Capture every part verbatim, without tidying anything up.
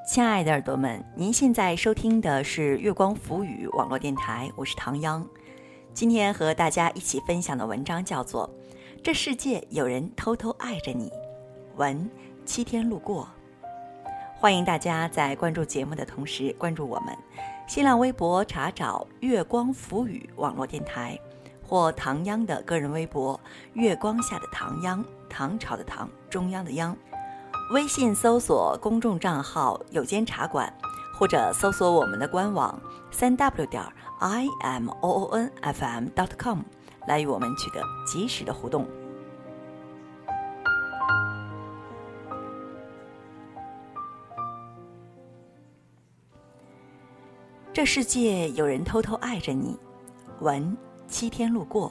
亲爱的耳朵们，您现在收听的是月光浮语网络电台，我是唐央。今天和大家一起分享的文章叫做《这世界有人偷偷爱着你》，文七天路过。欢迎大家在关注节目的同时关注我们新浪微博，查找月光浮语网络电台，或唐央的个人微博月光下的唐央，唐朝的唐，中央的央。微信搜索公众账号有间茶馆，或者搜索我们的官网 三 w 点 i m o o n f m dot com 来与我们取得及时的互动。这世界有人偷偷爱着你，文七天路过。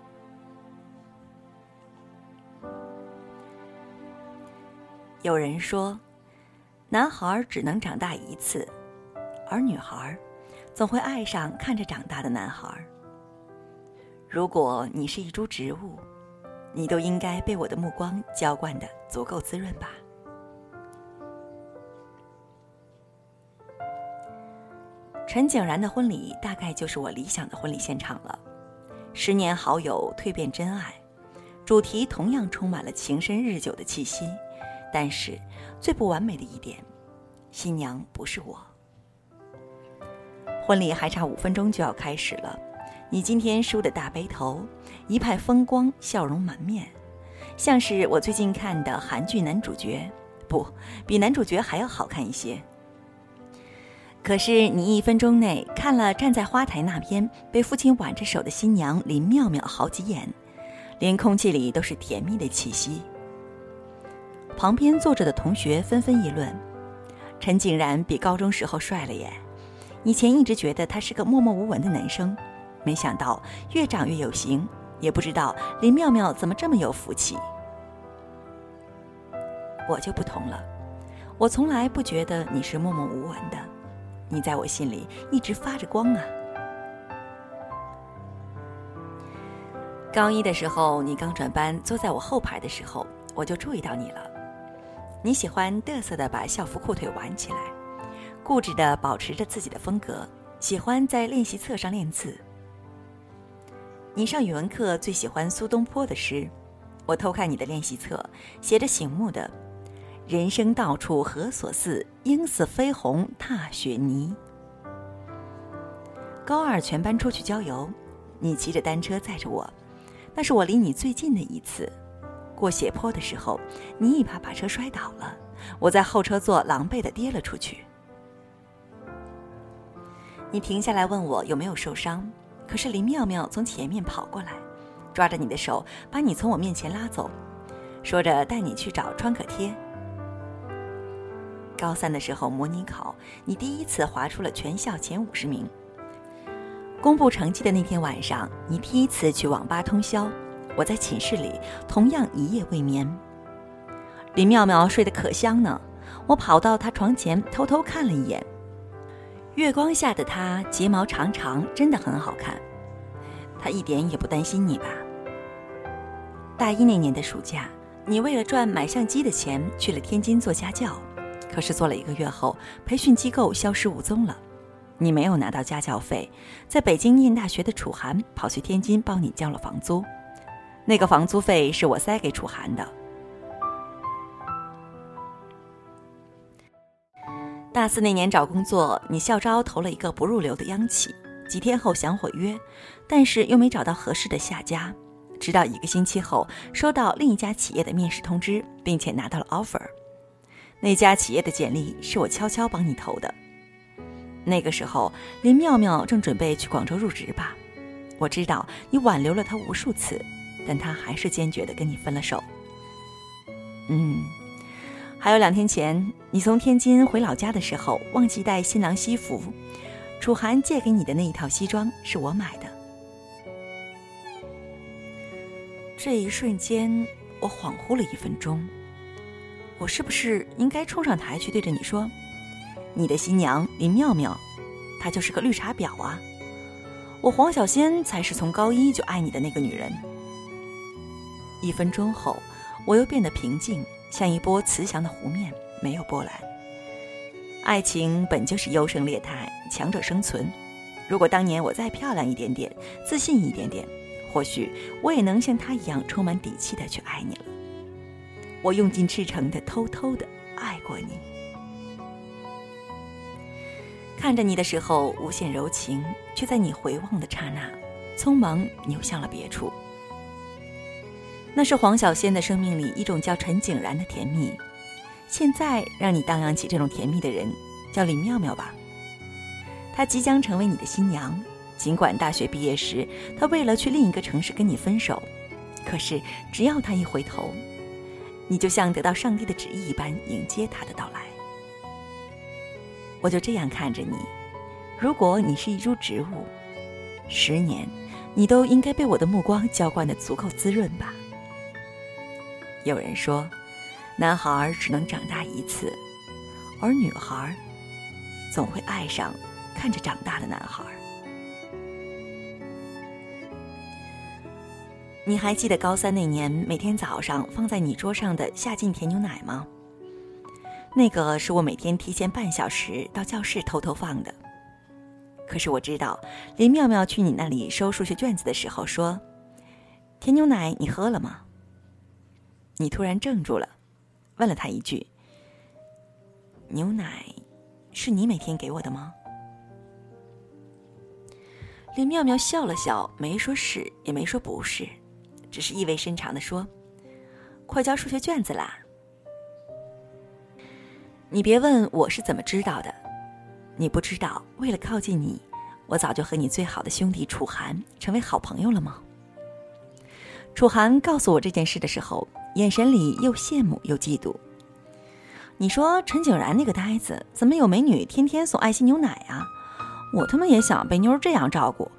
有人说，男孩只能长大一次，而女孩总会爱上看着长大的男孩。如果你是一株植物，你都应该被我的目光浇灌得足够滋润吧。陈景然的婚礼大概就是我理想的婚礼现场了，十年好友蜕变真爱，主题同样充满了情深日久的气息。但是最不完美的一点，新娘不是我。婚礼还差五分钟就要开始了，你今天梳的大背头，一派风光，笑容满面，像是我最近看的韩剧男主角，不，比男主角还要好看一些。可是你一分钟内看了站在花台那边被父亲挽着手的新娘林妙妙好几眼，连空气里都是甜蜜的气息。旁边坐着的同学纷纷议论，陈景然比高中时候帅了耶，以前一直觉得他是个默默无闻的男生，没想到越长越有型，也不知道林妙妙怎么这么有福气。我就不同了，我从来不觉得你是默默无闻的，你在我心里一直发着光啊。高一的时候，你刚转班，坐在我后排的时候，我就注意到你了。你喜欢嘚瑟地把校服裤腿挽起来，固执地保持着自己的风格，喜欢在练习册上练字。你上语文课最喜欢苏东坡的诗，我偷看你的练习册，写着醒目的人生到处何所似，应似飞鸿踏雪泥。高二全班出去郊游，你骑着单车载着我，那是我离你最近的一次。过斜坡的时候，你一把把车摔倒了，我在后车座狼狈地跌了出去。你停下来问我有没有受伤，可是林妙妙从前面跑过来，抓着你的手把你从我面前拉走，说着带你去找创可贴。高三的时候模拟考，你第一次划出了全校前五十名。公布成绩的那天晚上，你第一次去网吧通宵，我在寝室里同样一夜未眠。林妙妙睡得可香呢，我跑到她床前偷偷看了一眼，月光下的她睫毛长长，真的很好看。她一点也不担心你吧？大一那年的暑假，你为了赚买相机的钱去了天津做家教，可是做了一个月后，培训机构消失无踪了，你没有拿到家教费，在北京念大学的楚涵跑去天津帮你交了房租，那个房租费是我塞给楚涵的。大四那年找工作，你校招投了一个不入流的央企，几天后想毁约，但是又没找到合适的下家，直到一个星期后收到另一家企业的面试通知，并且拿到了 offer。 那家企业的简历是我悄悄帮你投的。那个时候林妙妙正准备去广州入职吧，我知道你挽留了她无数次，但她还是坚决地跟你分了手。嗯，还有两天前，你从天津回老家的时候忘记带新郎西服，楚涵借给你的那一套西装是我买的。这一瞬间，我恍惚了一分钟，我是不是应该冲上台去对着你说，你的新娘林妙妙，她就是个绿茶婊啊！我黄小仙才是从高一就爱你的那个女人。一分钟后，我又变得平静，像一波慈祥的湖面，没有波澜。 爱情本就是优胜劣汰，强者生存。如果当年我再漂亮一点点，自信一点点，或许我也能像他一样充满底气地去爱你了。我用尽赤诚地偷偷地爱过你。看着你的时候无限柔情，却在你回望的刹那匆忙扭向了别处。那是黄小仙的生命里一种叫陈景然的甜蜜，现在让你荡漾起这种甜蜜的人叫林妙妙吧。她即将成为你的新娘，尽管大学毕业时她为了去另一个城市跟你分手，可是只要她一回头，你就像得到上帝的旨意一般迎接她的到来。我就这样看着你，如果你是一株植物，十年你都应该被我的目光浇灌得足够滋润吧。有人说，男孩只能长大一次，而女孩总会爱上看着长大的男孩。你还记得高三那年每天早上放在你桌上的夏劲甜牛奶吗？那个是我每天提前半小时到教室偷偷放的。可是我知道林妙妙去你那里收数学卷子的时候说，甜牛奶你喝了吗？你突然怔住了，问了他一句，牛奶是你每天给我的吗？林妙妙笑了笑，没说是也没说不是，只是意味深长地说，快交数学卷子啦。你别问我是怎么知道的，你不知道为了靠近你，我早就和你最好的兄弟楚涵成为好朋友了吗？楚涵告诉我这件事的时候，眼神里又羡慕又嫉妒。你说陈景然那个呆子怎么有美女天天送爱心牛奶啊？我他妈也想被妞这样照顾。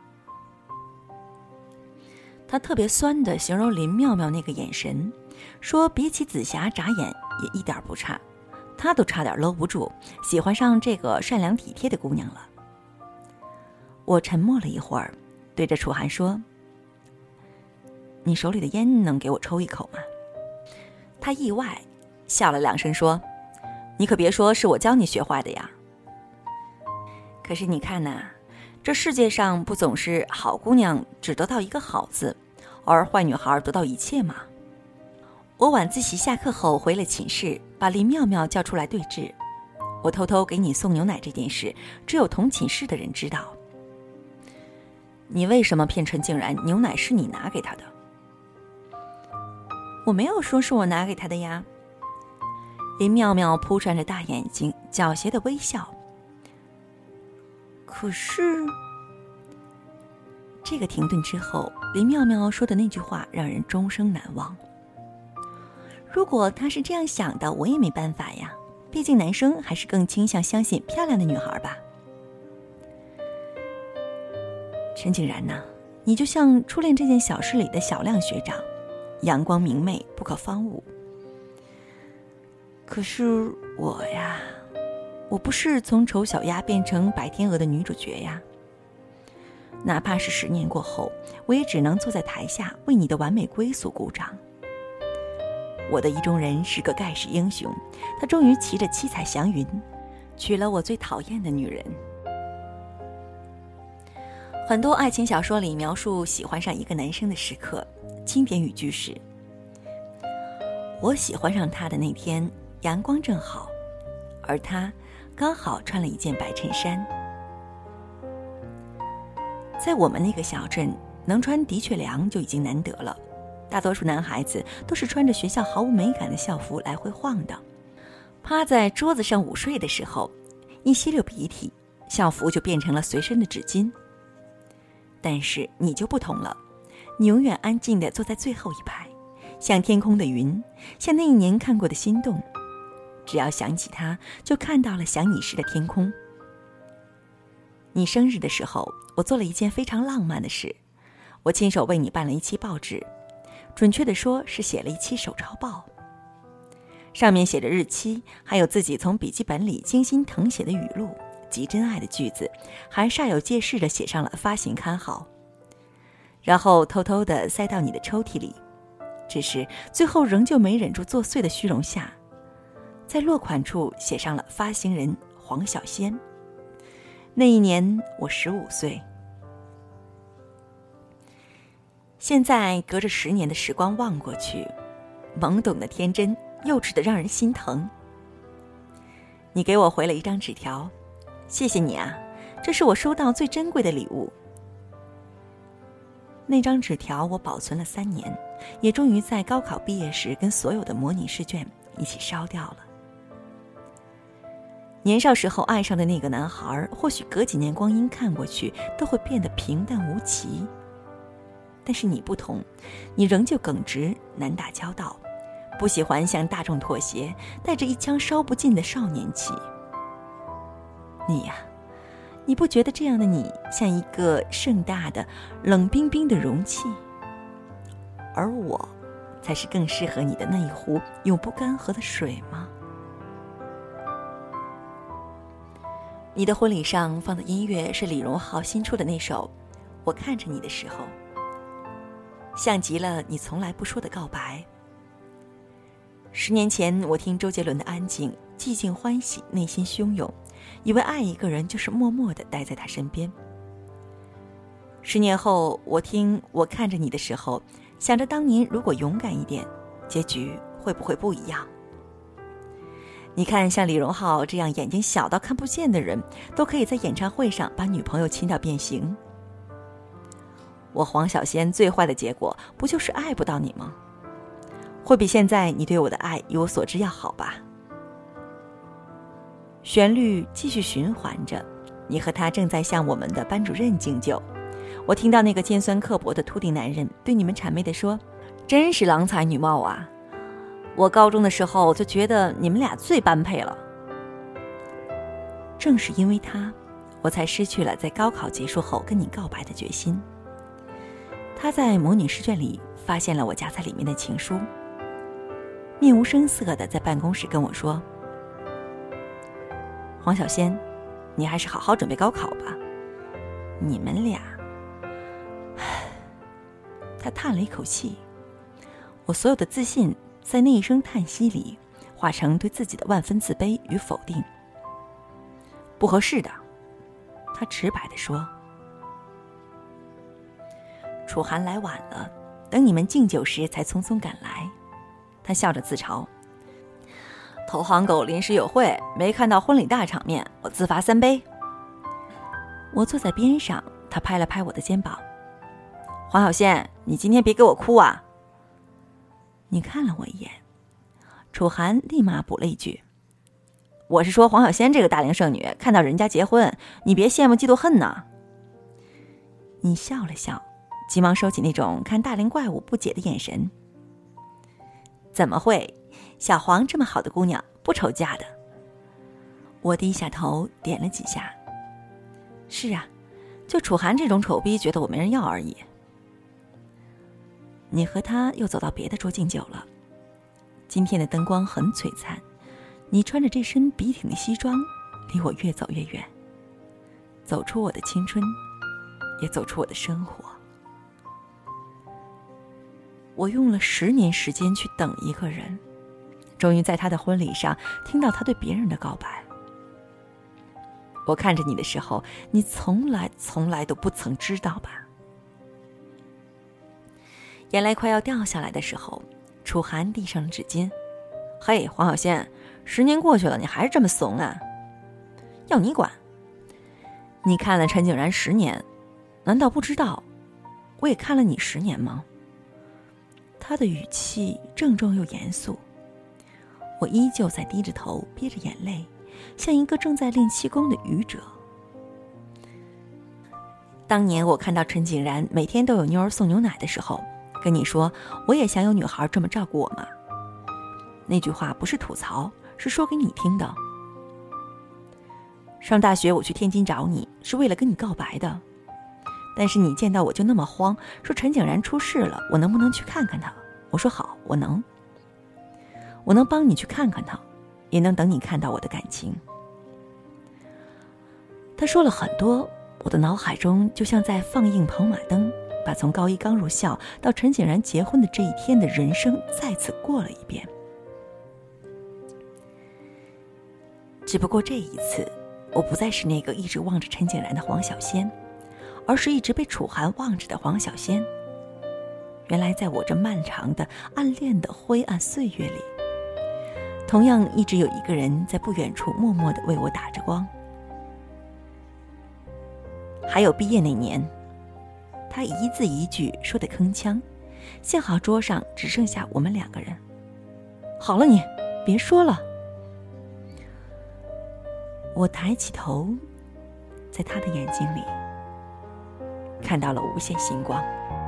他特别酸地形容林妙妙那个眼神，说比起紫霞眨眼也一点不差，他都差点搂不住，喜欢上这个善良体贴的姑娘了。我沉默了一会儿，对着楚涵说，你手里的烟能给我抽一口吗？他意外笑了两声说，你可别说是我教你学坏的呀。可是你看呐，这世界上不总是好姑娘只得到一个好字，而坏女孩得到一切吗？我晚自习下课后回了寝室，把林妙妙叫出来对峙。我偷偷给你送牛奶这件事，只有同寝室的人知道。你为什么骗陈景然牛奶是你拿给他的？我没有说是我拿给他的呀。林妙妙扑闪着大眼睛，狡黠的微笑。可是，这个停顿之后，林妙妙说的那句话让人终生难忘。如果他是这样想的，我也没办法呀，毕竟男生还是更倾向相信漂亮的女孩吧。陈景然呐，你就像初恋这件小事里的小亮学长，阳光明媚，不可方物。可是我呀，我不是从丑小鸭变成白天鹅的女主角呀。哪怕是十年过后，我也只能坐在台下为你的完美归宿鼓掌。我的意中人是个盖世英雄，他终于骑着七彩祥云，娶了我最讨厌的女人。很多爱情小说里描述喜欢上一个男生的时刻，经典语句是，我喜欢上他的那天阳光正好，而他刚好穿了一件白衬衫。在我们那个小镇，能穿的确良就已经难得了，大多数男孩子都是穿着学校毫无美感的校服来回晃的。趴在桌子上午睡的时候，一吸溜鼻涕，校服就变成了随身的纸巾。但是你就不同了，你永远安静地坐在最后一排，像天空的云，像那一年看过的心动。只要想起他，就看到了想你时的天空。你生日的时候，我做了一件非常浪漫的事，我亲手为你办了一期报纸，准确地说是写了一期手抄报。上面写着日期，还有自己从笔记本里精心誊写的语录，极真爱的句子，还煞有介事地写上了发行刊号，然后偷偷地塞到你的抽屉里。只是最后仍旧没忍住作祟的虚荣下， 在落款处写上了发行人黄小仙。那一年我十五岁。现在隔着十年的时光望过去，懵懂的天真，幼稚的让人心疼。你给我回了一张纸条，谢谢你啊，这是我收到最珍贵的礼物。那张纸条我保存了三年，也终于在高考毕业时跟所有的模拟试卷一起烧掉了。年少时候爱上的那个男孩，或许隔几年光阴看过去都会变得平淡无奇，但是你不同，你仍旧耿直难打交道，不喜欢向大众妥协，带着一腔烧不尽的少年气。你呀，你不觉得这样的你像一个盛大的冷冰冰的容器，而我才是更适合你的那一壶永不干涸的水吗？你的婚礼上放的音乐是李荣浩新出的那首《我看着你的时候》，像极了你从来不说的告白。十年前我听周杰伦的《安静》，寂静欢喜，内心汹涌，以为爱一个人就是默默地待在他身边。十年后我听《我看着你的时候》，想着当年如果勇敢一点，结局会不会不一样？你看，像李荣浩这样眼睛小到看不见的人，都可以在演唱会上把女朋友亲到变形。我黄小仙最坏的结果，不就是爱不到你吗？会比现在你对我的爱以我所知要好吧？旋律继续循环着，你和他正在向我们的班主任敬酒。我听到那个尖酸刻薄的秃顶男人对你们谄媚地说：“真是郎才女貌啊！我高中的时候就觉得你们俩最般配了。”正是因为他，我才失去了在高考结束后跟你告白的决心。他在模拟试卷里发现了我夹在里面的情书，面无声色地在办公室跟我说：“黄小仙，你还是好好准备高考吧。你们俩……”他叹了一口气，我所有的自信在那一声叹息里化成对自己的万分自卑与否定。不合适的，他直白地说。楚涵来晚了，等你们敬酒时才匆匆赶来。他笑着自嘲：“投行狗临时有会，没看到婚礼大场面，我自罚三杯。”我坐在边上，他拍了拍我的肩膀：“黄小仙，你今天别给我哭啊！”你看了我一眼，楚涵立马补了一句：“我是说黄小仙这个大龄剩女，看到人家结婚，你别羡慕嫉妒恨呢。”你笑了笑，急忙收起那种看大龄怪物不解的眼神。怎么会？小黄这么好的姑娘，不愁嫁的。我低下头点了几下。是啊，就楚涵这种丑逼，觉得我没人要而已。你和他又走到别的桌敬酒了。今天的灯光很璀璨，你穿着这身笔挺的西装，离我越走越远，走出我的青春，也走出我的生活。我用了十年时间去等一个人，终于在他的婚礼上听到他对别人的告白。我看着你的时候，你从来从来都不曾知道吧？眼泪快要掉下来的时候，楚涵递上了纸巾。嘿，黄小仙，十年过去了，你还是这么怂啊？要你管！你看了陈景然十年，难道不知道我也看了你十年吗？他的语气郑重又严肃。我依旧在低着头，憋着眼泪，像一个正在练气功的愚者。当年我看到陈景然每天都有妞儿送牛奶的时候，跟你说我也想有女孩这么照顾我嘛。那句话不是吐槽，是说给你听的。上大学我去天津找你，是为了跟你告白的。但是你见到我就那么慌，说陈景然出事了，我能不能去看看他？我说好，我能。我能帮你去看看他，也能等你看到我的感情。他说了很多，我的脑海中就像在放映跑马灯，把从高一刚入校到陈景然结婚的这一天的人生再次过了一遍。 只不过这一次，我不再是那个一直望着陈景然的黄小仙，而是一直被楚寒望着的黄小仙。原来在我这漫长的暗恋的灰暗岁月里，同样一直有一个人在不远处默默地为我打着光。还有毕业那年，他一字一句说得铿锵，幸好桌上只剩下我们两个人。好了你，别说了。我抬起头，在他的眼睛里看到了无限星光。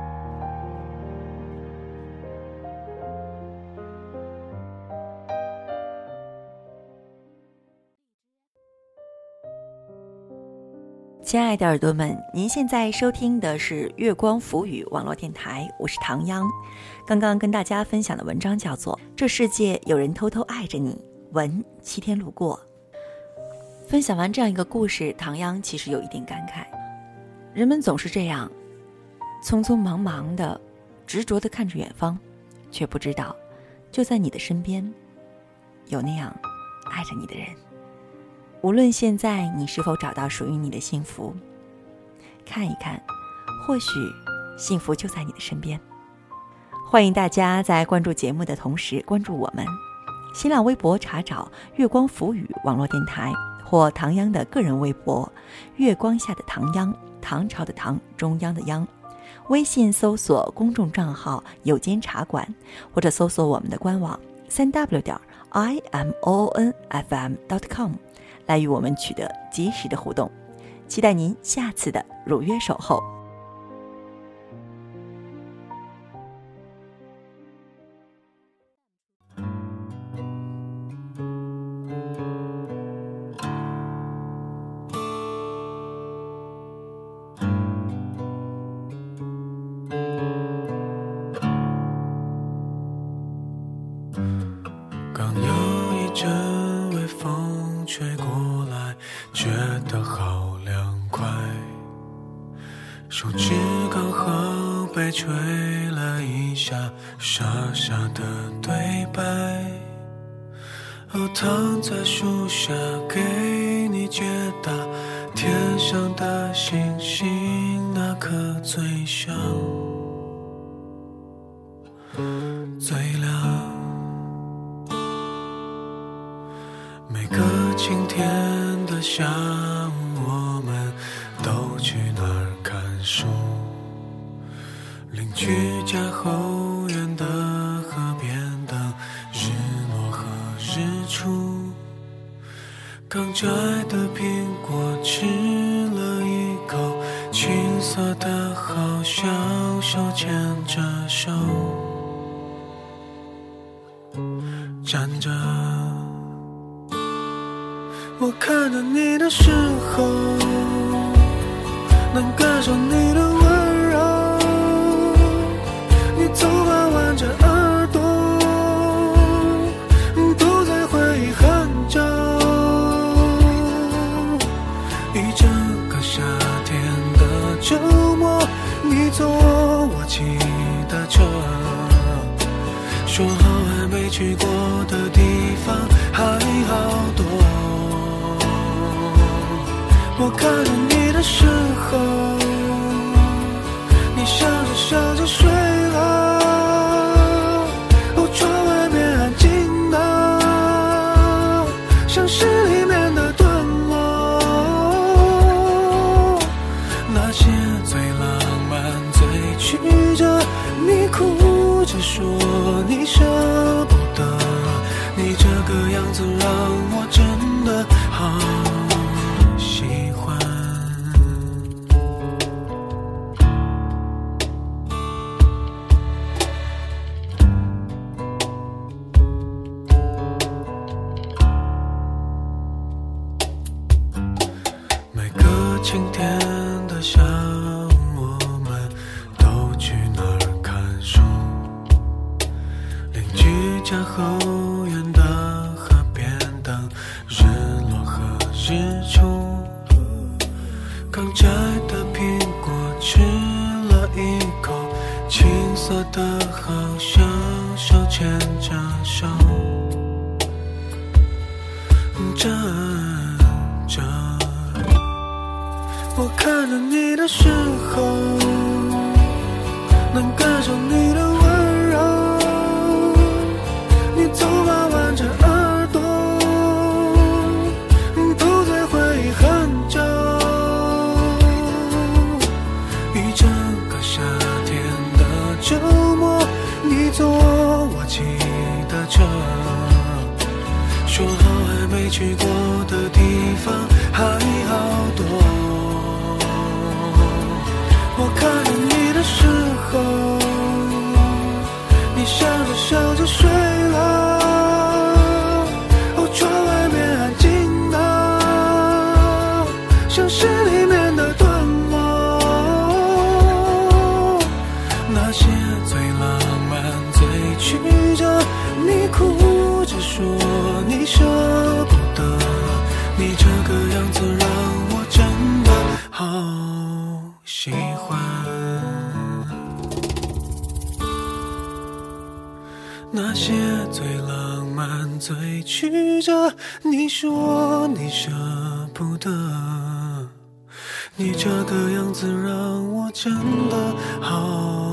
亲爱的耳朵们，您现在收听的是月光浮语网络电台，我是唐央。刚刚跟大家分享的文章叫做《这世界有人偷偷爱着你》，文七天路过。分享完这样一个故事，唐央其实有一点感慨，人们总是这样匆匆忙忙的执着地看着远方，却不知道就在你的身边有那样爱着你的人。无论现在你是否找到属于你的幸福，看一看，或许幸福就在你的身边。欢迎大家在关注节目的同时关注我们，新浪微博查找月光浮语网络电台，或唐央的个人微博月光下的唐央，唐朝的唐，中央的央。微信搜索公众账号有间茶馆，或者搜索我们的官网 三 w 点 i m o n f m 点 com，来与我们取得及时的互动，期待您下次的如约守候。 刚有一阵微风吹过来，觉得好凉快，手指刚好被吹了一下，傻傻的对白。哦，躺在树下给你解答，天上的星星那颗最像最亮。每个晴天的下午，我们都去那儿看书。邻居家后院的河边等日落和日出，刚摘的苹果吃了一口，青涩的好像手牵着手站着。我看着你的时候，能感受你的温柔，你头发挽着耳朵，都在回忆很久。一整个夏天的周末，你坐我骑的车，说好还没去过的地方还好多。我看着你的时候，你笑着笑着睡了，哦，窗外面安静的像诗里面的段落，那些最浪漫最曲折，你哭着说你舍不得，你这个样子让我真的好喜欢。每个晴天的下午，我们都去那儿看书。邻居家后院的河边等日落和日出，刚摘的苹果吃了一口，青涩的好像手牵着手站着。我看着你的时候，能感受你的温柔，你头发挽着耳朵，不再回忆很久。一整个夏天的周末，你坐我骑的车，说好还没去过的地方还好多。我看着你的时候，你笑着笑着睡了，哦，窗外面安静的像诗里面的段落，那些最浪漫最曲折，你哭着说你舍不得，你这个样子让我真的好喜欢。那些最浪漫最曲折，你说你舍不得，你这个样子让我真的好